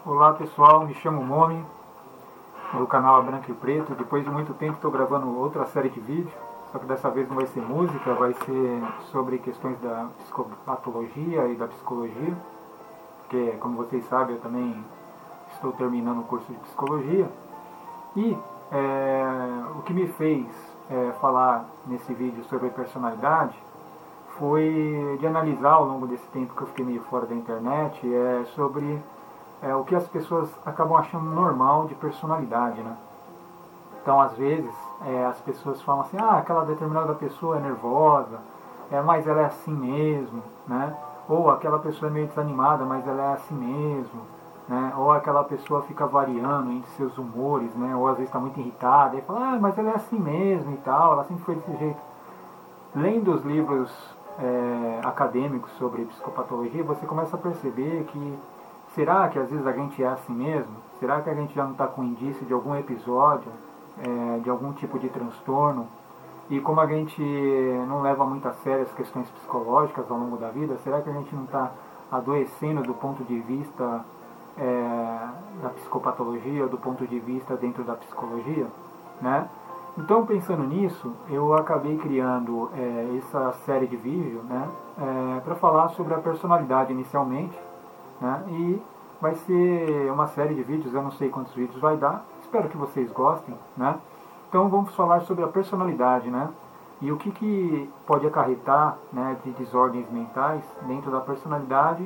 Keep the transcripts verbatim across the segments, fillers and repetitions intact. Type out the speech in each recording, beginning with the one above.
Olá pessoal, me chamo Momi, do canal A Branco e Preto. Depois de muito tempo estou gravando outra série de vídeos, só que dessa vez não vai ser música, vai ser sobre questões da psicopatologia e da psicologia, porque como vocês sabem eu também estou terminando o curso de psicologia. E é, o que me fez é, falar nesse vídeo sobre personalidade foi de analisar ao longo desse tempo que eu fiquei meio fora da internet é, sobre é, o que as pessoas acabam achando normal de personalidade, né? Então, às vezes, é, as pessoas falam assim, ah, aquela determinada pessoa é nervosa, é, mas ela é assim mesmo, né? Ou aquela pessoa é meio desanimada, mas ela é assim mesmo, né? Ou aquela pessoa fica variando entre seus humores, né? Ou às vezes está muito irritada, e fala, ah, mas ela é assim mesmo e tal, ela sempre foi desse jeito. Lendo os livros é, acadêmicos sobre psicopatologia, você começa a perceber que será que às vezes a gente é assim mesmo? Será que a gente já não está com indício de algum episódio, é, de algum tipo de transtorno? E como a gente não leva muito a sério as questões psicológicas ao longo da vida, será que a gente não está adoecendo do ponto de vista é, da psicopatologia, do ponto de vista dentro da psicologia, né? Então, pensando nisso, eu acabei criando é, essa série de vídeos, né, é, para falar sobre a personalidade inicialmente, né, e vai ser uma série de vídeos, eu não sei quantos vídeos vai dar, espero que vocês gostem, né. Então vamos falar sobre a personalidade, né, e o que, que pode acarretar, né, de desordens mentais dentro da personalidade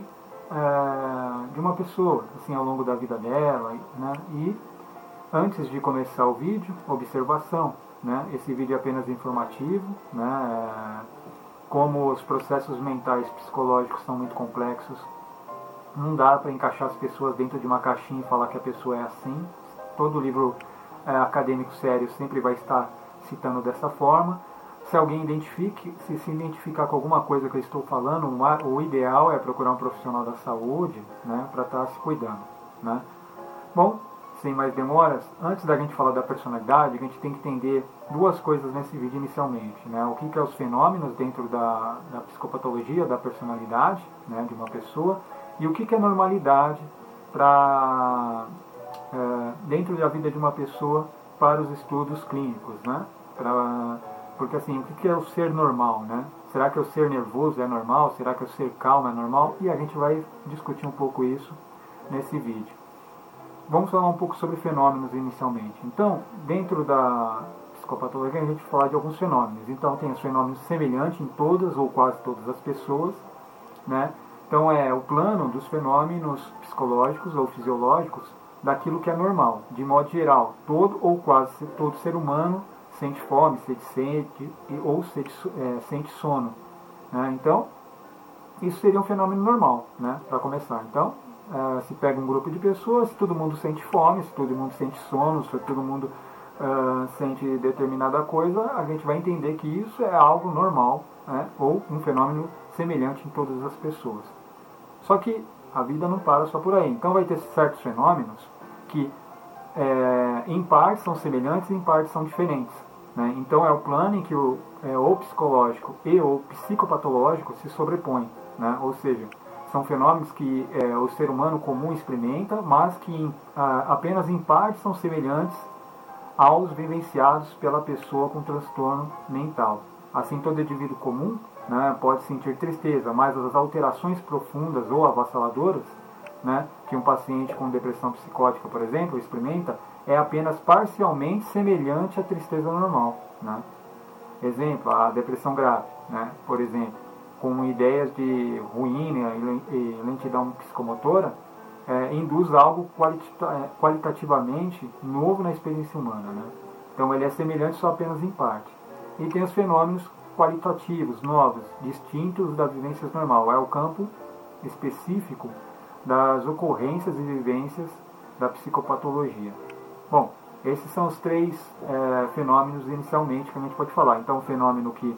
é, de uma pessoa, assim, ao longo da vida dela, né, e antes de começar o vídeo, observação, né? Esse vídeo é apenas informativo, né? Como os processos mentais psicológicos são muito complexos, não dá para encaixar as pessoas dentro de uma caixinha e falar que a pessoa é assim. Todo livro é, acadêmico sério sempre vai estar citando dessa forma. Se alguém identifique, se se identificar com alguma coisa que eu estou falando, o ideal é procurar um profissional da saúde, né? Para estar se cuidando, né? Bom, sem mais demoras, antes da gente falar da personalidade, a gente tem que entender duas coisas nesse vídeo inicialmente, né? O que que é os fenômenos dentro da, da psicopatologia, da personalidade, né, de uma pessoa, e o que que é normalidade para é, dentro da vida de uma pessoa para os estudos clínicos, né? Pra, porque assim, o que que é o ser normal, né? Será que o ser nervoso é normal? Será que o ser calmo é normal? E a gente vai discutir um pouco isso nesse vídeo. Vamos falar um pouco sobre fenômenos inicialmente. Então, dentro da psicopatologia, a gente vai falar de alguns fenômenos. Então, tem os fenômenos semelhantes em todas ou quase todas as pessoas, né? Então, é o plano dos fenômenos psicológicos ou fisiológicos daquilo que é normal. De modo geral, todo ou quase todo ser humano sente fome, sente sede ou sente, é, sente sono, né? Então, isso seria um fenômeno normal, né? Para começar. Então, Uh, se pega um grupo de pessoas, se todo mundo sente fome, se todo mundo sente sono, se todo mundo uh, sente determinada coisa, a gente vai entender que isso é algo normal, né? Ou um fenômeno semelhante em todas as pessoas. Só que a vida não para só por aí. Então vai ter certos fenômenos que é, em parte são semelhantes e em parte são diferentes, né? Então é o plano em que o, é, o psicológico e o psicopatológico se sobrepõem, né? Ou seja, são fenômenos que é, o ser humano comum experimenta, mas que em, ah, apenas em parte são semelhantes aos vivenciados pela pessoa com transtorno mental. Assim, todo indivíduo comum, né, pode sentir tristeza, mas as alterações profundas ou avassaladoras, né, que um paciente com depressão psicótica, por exemplo, experimenta, é apenas parcialmente semelhante à tristeza normal, né? Exemplo, a depressão grave, né, por exemplo, com ideias de ruína e lentidão psicomotora, é, induz algo qualita qualitativamente novo na experiência humana, né? Então ele é semelhante só apenas em parte. E tem os fenômenos qualitativos, novos, distintos da vivência normal. É o campo específico das ocorrências e vivências da psicopatologia. Bom, esses são os três é, fenômenos inicialmente que a gente pode falar. Então, o fenômeno que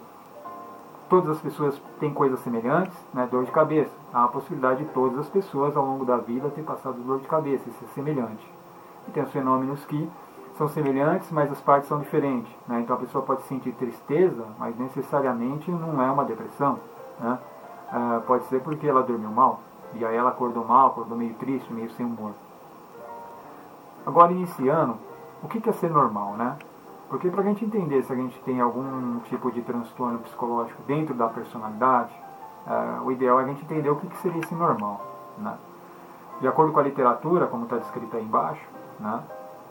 todas as pessoas têm coisas semelhantes, né? Dor de cabeça. Há a possibilidade de todas as pessoas ao longo da vida ter passado dor de cabeça, isso é semelhante. E tem os fenômenos que são semelhantes, mas as partes são diferentes, né? Então a pessoa pode sentir tristeza, mas necessariamente não é uma depressão, né? Ah, pode ser porque ela dormiu mal, e aí ela acordou mal, acordou meio triste, meio sem humor. Agora, iniciando, o que é ser normal, né? Porque para a gente entender se a gente tem algum tipo de transtorno psicológico dentro da personalidade, uh, o ideal é a gente entender o que, que seria esse normal, né? De acordo com a literatura, como está descrito aí embaixo, né,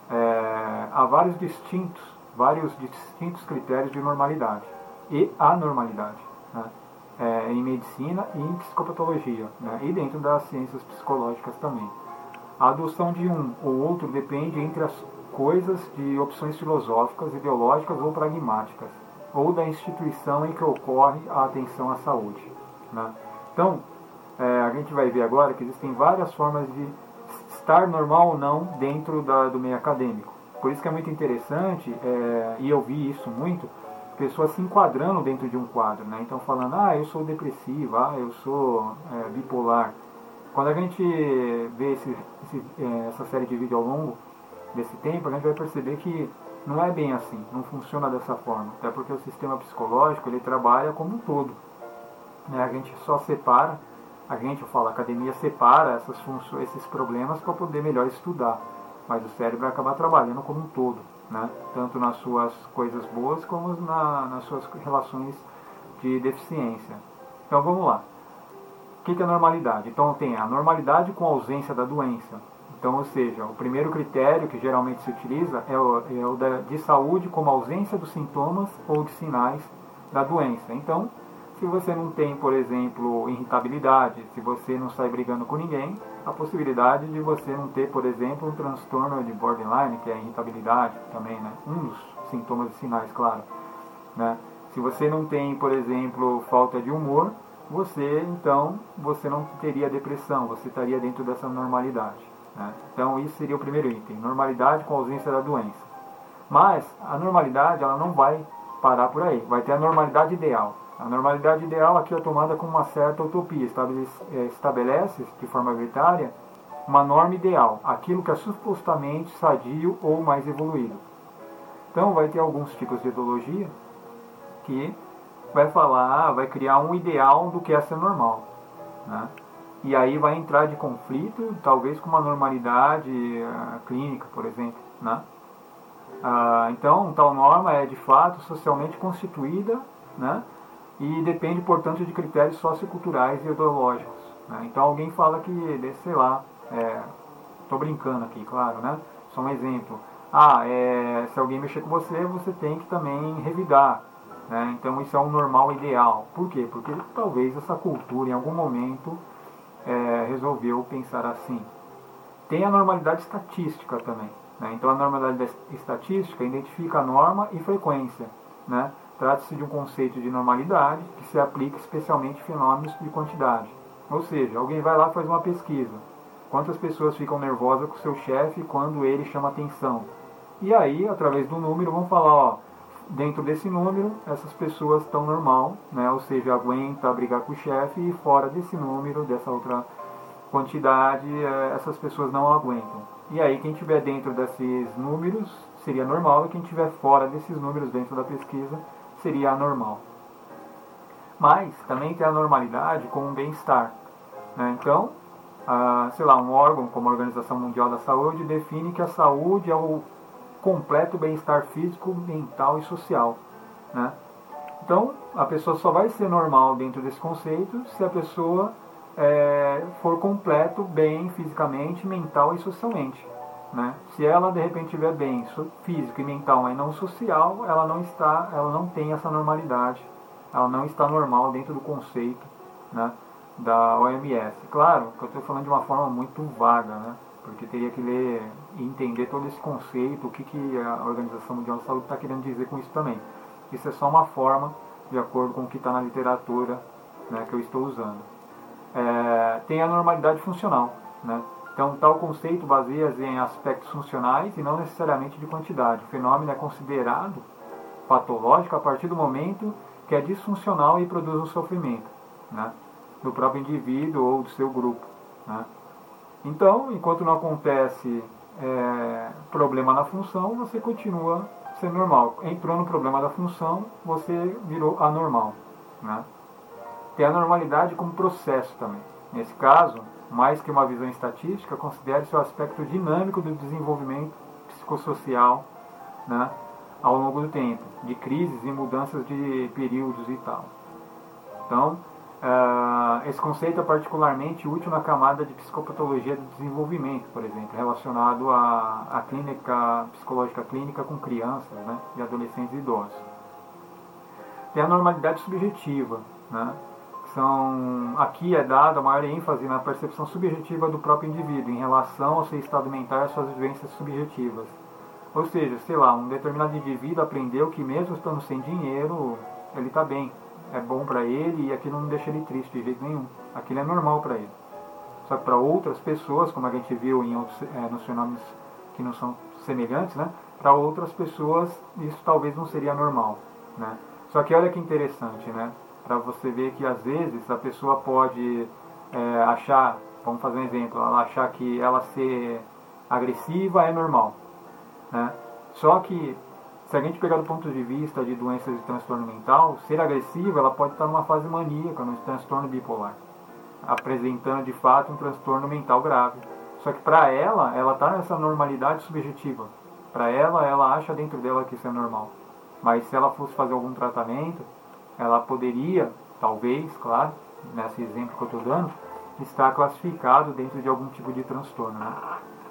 é, há vários distintos, vários distintos critérios de normalidade e anormalidade, né, é, em medicina e em psicopatologia, né, e dentro das ciências psicológicas também. A adoção de um ou outro depende entre as coisas de opções filosóficas, ideológicas ou pragmáticas, ou da instituição em que ocorre a atenção à saúde, né. Então, É, a gente vai ver agora que existem várias formas de estar normal ou não dentro da, do meio acadêmico. Por isso que é muito interessante, é, e eu vi isso muito, pessoas se enquadrando dentro de um quadro, né? Então falando, ah, eu sou depressivo, ah, eu sou é, bipolar. Quando a gente vê esse, esse, é, essa série de vídeos ao longo desse tempo, a gente vai perceber que não é bem assim, não funciona dessa forma. Até porque o sistema psicológico, ele trabalha como um todo, né? A gente só separa A gente, eu falo, a academia separa essas funções, esses problemas para poder melhor estudar. Mas o cérebro vai acabar trabalhando como um todo, né? Tanto nas suas coisas boas como na, nas suas relações de deficiência. Então vamos lá. O que é a normalidade? Então tem a normalidade com ausência da doença. Então, ou seja, o primeiro critério que geralmente se utiliza é o, é o da, de saúde como ausência dos sintomas ou de sinais da doença. Então, se você não tem, por exemplo, irritabilidade, se você não sai brigando com ninguém, a possibilidade de você não ter, por exemplo, um transtorno de borderline, que é a irritabilidade também, né? Um dos sintomas e sinais, claro, né? Se você não tem, por exemplo, falta de humor, você, então, você não teria depressão, você estaria dentro dessa normalidade, né? Então, isso seria o primeiro item, normalidade com ausência da doença. Mas, a normalidade, ela não vai parar por aí, vai ter a normalidade ideal. A normalidade ideal aqui é tomada como uma certa utopia, estabelece de forma arbitrária uma norma ideal, aquilo que é supostamente sadio ou mais evoluído. Então vai ter alguns tipos de ideologia que vai falar, vai criar um ideal do que é ser normal, né? E aí vai entrar de conflito, talvez com uma normalidade uh, clínica, por exemplo, né? Uh, então, tal norma é de fato socialmente constituída, né? E depende, portanto, de critérios socioculturais e ideológicos, né? Então alguém fala que, sei lá, estou é, brincando aqui, claro, né? Só um exemplo. Ah, é, se alguém mexer com você, você tem que também revidar, né? Então isso é um normal ideal. Por quê? Porque talvez essa cultura, em algum momento, é, resolveu pensar assim. Tem a normalidade estatística também, né? Então a normalidade estatística identifica a norma e frequência, né? Trata-se de um conceito de normalidade que se aplica especialmente a fenômenos de quantidade. Ou seja, alguém vai lá e faz uma pesquisa. Quantas pessoas ficam nervosas com o seu chefe quando ele chama atenção? E aí, através do número, vão falar, ó, dentro desse número, essas pessoas estão normal, né? Ou seja, aguenta brigar com o chefe, e fora desse número, dessa outra quantidade, essas pessoas não aguentam. E aí, quem estiver dentro desses números seria normal, e quem estiver fora desses números dentro da pesquisa seria anormal. Mas também tem a normalidade com o bem-estar, né? Então, ah, sei lá, um órgão como a Organização Mundial da Saúde define que a saúde é o completo bem-estar físico, mental e social, né? Então, a pessoa só vai ser normal dentro desse conceito se a pessoa é, for completo bem fisicamente, mental e socialmente, né? Se ela de repente estiver bem físico e mental, mas não social, ela não está, ela não tem essa normalidade, ela não está normal dentro do conceito, né, da O M S. Claro que eu estou falando de uma forma muito vaga, né, porque teria que ler e entender todo esse conceito, o que, que a Organização Mundial da Saúde está querendo dizer com isso também. Isso é só uma forma, de acordo com o que está na literatura, né, que eu estou usando. É, tem a normalidade funcional, né? Então, tal conceito baseia-se em aspectos funcionais e não necessariamente de quantidade. O fenômeno é considerado patológico a partir do momento que é disfuncional e produz um sofrimento, né, do próprio indivíduo ou do seu grupo, né? Então, enquanto não acontece é, problema na função, você continua sendo normal. Entrou no problema da função, você virou anormal, né? Tem a normalidade como processo também. Nesse caso, mais que uma visão estatística, considere-se o aspecto dinâmico do desenvolvimento psicossocial, né, ao longo do tempo, de crises e mudanças de períodos e tal. Então, uh, esse conceito é particularmente útil na camada de psicopatologia do desenvolvimento, por exemplo, relacionado à, à clínica psicológica clínica com crianças, né, e adolescentes e idosos. Tem a normalidade subjetiva, né, que são, aqui é dada maior ênfase na percepção subjetiva do próprio indivíduo em relação ao seu estado mental e às suas vivências subjetivas. Ou seja, sei lá, um determinado indivíduo aprendeu que mesmo estando sem dinheiro, ele está bem, é bom para ele e aquilo não deixa ele triste de jeito nenhum. Aquilo é normal para ele. Só que para outras pessoas, como a gente viu em outros, é, nos fenômenos que não são semelhantes, né, para outras pessoas isso talvez não seria normal, né? Só que olha que interessante, né, para você ver que às vezes a pessoa pode é, achar, vamos fazer um exemplo, ela achar que ela ser agressiva é normal, né? Só que se a gente pegar do ponto de vista de doenças de transtorno mental, ser agressiva ela pode estar numa fase maníaca, num transtorno bipolar, apresentando de fato um transtorno mental grave. Só que para ela, ela está nessa normalidade subjetiva. Para ela, ela acha dentro dela que isso é normal. Mas se ela fosse fazer algum tratamento, ela poderia, talvez, claro, nesse exemplo que eu estou dando, estar classificado dentro de algum tipo de transtorno, né?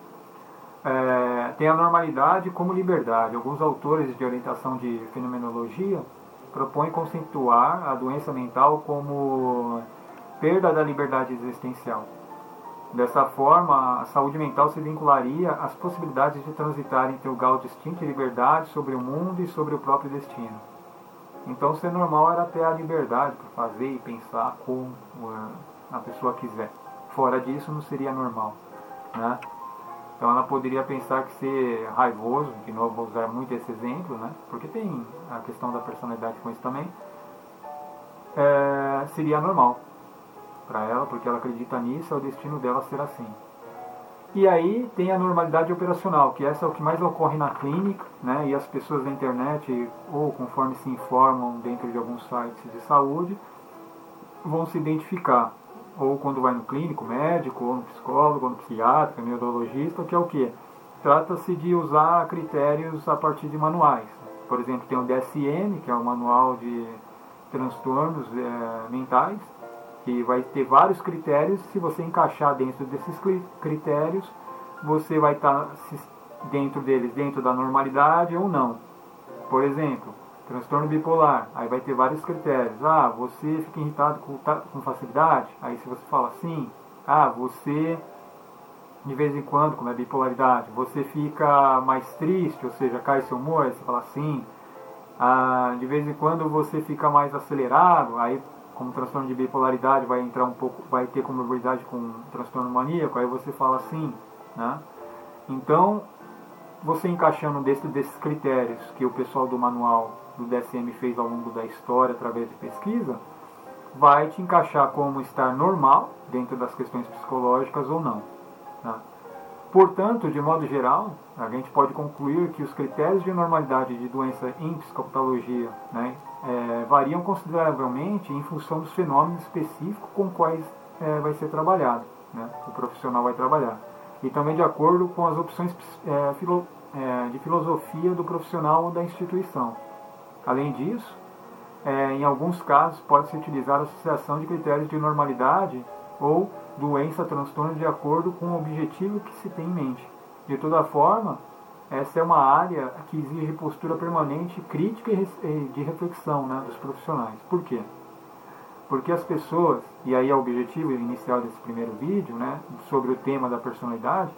É, tem a normalidade como liberdade. Alguns autores de orientação de fenomenologia propõem conceituar a doença mental como perda da liberdade existencial. Dessa forma, a saúde mental se vincularia às possibilidades de transitar entre o grau distinto de liberdade sobre o mundo e sobre o próprio destino. Então, ser normal era ter a liberdade para fazer e pensar como a pessoa quiser. Fora disso, não seria normal, né? Então ela poderia pensar que ser raivoso, de novo vou usar muito esse exemplo, né, porque tem a questão da personalidade com isso também, é, seria normal para ela, porque ela acredita nisso, é o destino dela ser assim. E aí tem a normalidade operacional, que essa é o que mais ocorre na clínica, né, e as pessoas da internet, ou conforme se informam dentro de alguns sites de saúde, vão se identificar. Ou quando vai no clínico, médico, ou no psicólogo, ou no psiquiatra, neurologista, que é o quê? Trata-se de usar critérios a partir de manuais. Por exemplo, tem o D S M, que é o Manual de Transtornos é, Mentais, que vai ter vários critérios. Se você encaixar dentro desses critérios, você vai estar dentro deles, dentro da normalidade ou não. Por exemplo, transtorno bipolar, aí vai ter vários critérios. Ah, você fica irritado com, com facilidade? Aí se você fala sim. Ah, você, de vez em quando, como é bipolaridade, você fica mais triste, ou seja, cai seu humor? Aí você fala sim. Ah, de vez em quando você fica mais acelerado, aí como transtorno de bipolaridade vai entrar um pouco, vai ter comorbidade com transtorno maníaco, aí você fala sim, né? Então, você encaixando desse, desses critérios que o pessoal do manual do D S M fez ao longo da história através de pesquisa, vai te encaixar como estar normal dentro das questões psicológicas ou não, né? Portanto, de modo geral, a gente pode concluir que os critérios de normalidade de doença em psicopatologia, né, é, variam consideravelmente em função dos fenômenos específicos com quais é, vai ser trabalhado, né, o profissional vai trabalhar. E também de acordo com as opções é, filo, é, de filosofia do profissional ou da instituição. Além disso, é, em alguns casos pode-se utilizar a associação de critérios de normalidade ou doença-transtorno de acordo com o objetivo que se tem em mente. De toda forma, essa é uma área que exige postura permanente, crítica e de reflexão, né, dos profissionais. Por quê? Porque as pessoas, e aí é o objetivo inicial desse primeiro vídeo, né, sobre o tema da personalidade,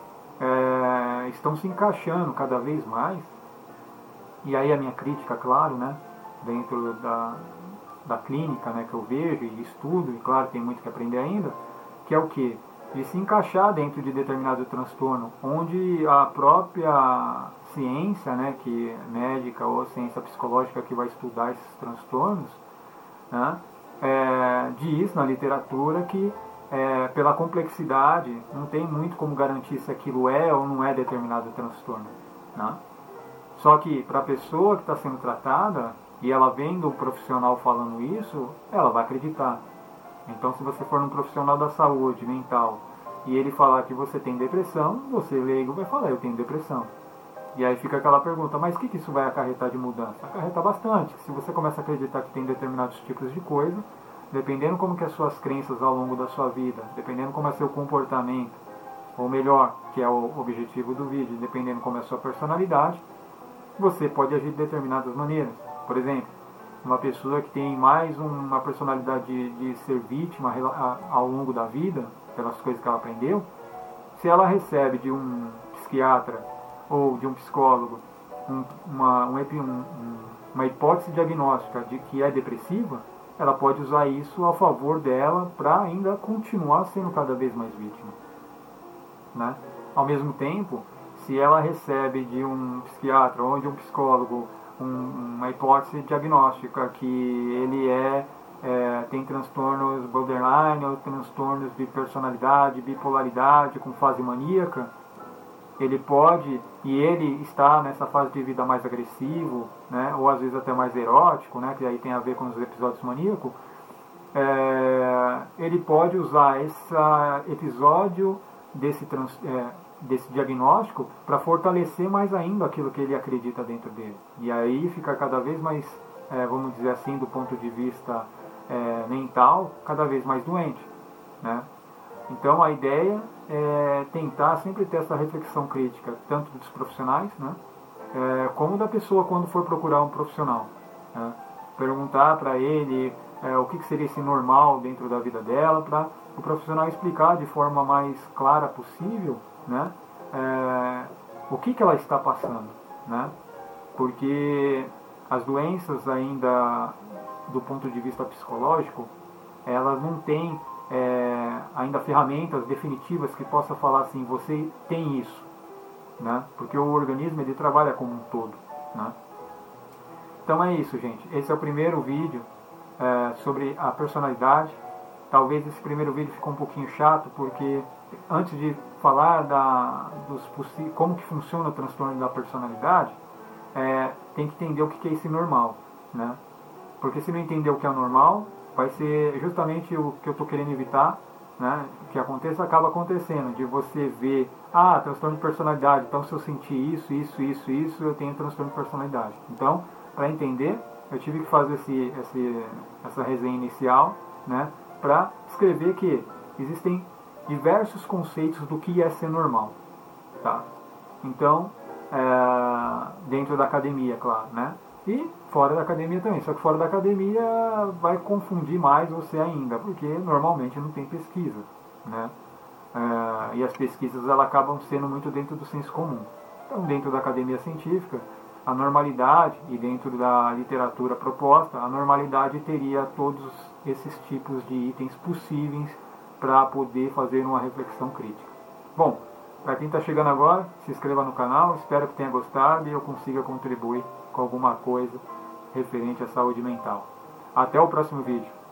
é, estão se encaixando cada vez mais, e aí a minha crítica, claro, né, dentro da, da clínica, né, que eu vejo e estudo, e claro, tem muito que aprender ainda, que é o quê? De se encaixar dentro de determinado transtorno, onde a própria ciência, né, que é médica ou ciência psicológica que vai estudar esses transtornos, né, é, diz na literatura que é, pela complexidade não tem muito como garantir se aquilo é ou não é determinado transtorno, né? Só que para a pessoa que está sendo tratada, e ela vendo o profissional falando isso, ela vai acreditar. Então, se você for num profissional da saúde mental e ele falar que você tem depressão, você leigo vai falar, eu tenho depressão. E aí fica aquela pergunta, mas o que, que isso vai acarretar de mudança? Acarreta bastante. Se você começa a acreditar que tem determinados tipos de coisa, dependendo como que as suas crenças ao longo da sua vida, dependendo como é seu comportamento, ou melhor, que é o objetivo do vídeo, dependendo como é a sua personalidade, você pode agir de determinadas maneiras. Por exemplo, uma pessoa que tem mais uma personalidade de, de ser vítima ao longo da vida, pelas coisas que ela aprendeu, se ela recebe de um psiquiatra ou de um psicólogo um, uma, um, um, uma hipótese diagnóstica de que é depressiva, ela pode usar isso a favor dela para ainda continuar sendo cada vez mais vítima. Né? Ao mesmo tempo, se ela recebe de um psiquiatra ou de um psicólogo um, uma hipótese diagnóstica que ele é, é, tem transtornos borderline ou transtornos de personalidade, bipolaridade com fase maníaca, ele pode, e ele está nessa fase de vida mais agressivo, né, ou às vezes até mais erótico, né, que aí tem a ver com os episódios maníacos, é, ele pode usar esse episódio desse, trans, é, desse diagnóstico para fortalecer mais ainda aquilo que ele acredita dentro dele. E aí fica cada vez mais, é, vamos dizer assim, do ponto de vista é, mental, cada vez mais doente. Né? Então a ideia é tentar sempre ter essa reflexão crítica, tanto dos profissionais, né, é, como da pessoa quando for procurar um profissional. Né? Perguntar para ele é, o que, que seria esse normal dentro da vida dela, para o profissional explicar de forma mais clara possível, né, é, o que, que ela está passando. Né? Porque as doenças ainda, do ponto de vista psicológico, elas não têm É, ainda ferramentas definitivas que possa falar assim, você tem isso, né? Porque o organismo ele trabalha como um todo, né? Então é isso, gente. Esse é o primeiro vídeo é, sobre a personalidade. Talvez esse primeiro vídeo ficou um pouquinho chato, porque antes de falar da, dos como que funciona o transtorno da personalidade, é, tem que entender o que é esse normal, né? Porque se não entender o que é normal, vai ser justamente o que eu estou querendo evitar, né, que aconteça, acaba acontecendo, de você ver, ah, transtorno de personalidade, então se eu sentir isso, isso, isso, isso, eu tenho transtorno de personalidade. Então, para entender, eu tive que fazer esse, esse, essa resenha inicial, né, para escrever que existem diversos conceitos do que é ser normal. Tá? Então, é, dentro da academia, claro, né? E fora da academia também, só que fora da academia vai confundir mais você ainda, porque normalmente não tem pesquisa, né? É, e as pesquisas elas acabam sendo muito dentro do senso comum. Então, dentro da academia científica, a normalidade, e dentro da literatura proposta, a normalidade teria todos esses tipos de itens possíveis para poder fazer uma reflexão crítica. Bom, para quem está chegando agora, se inscreva no canal, espero que tenha gostado e eu consiga contribuir com alguma coisa referente à saúde mental. Até o próximo vídeo.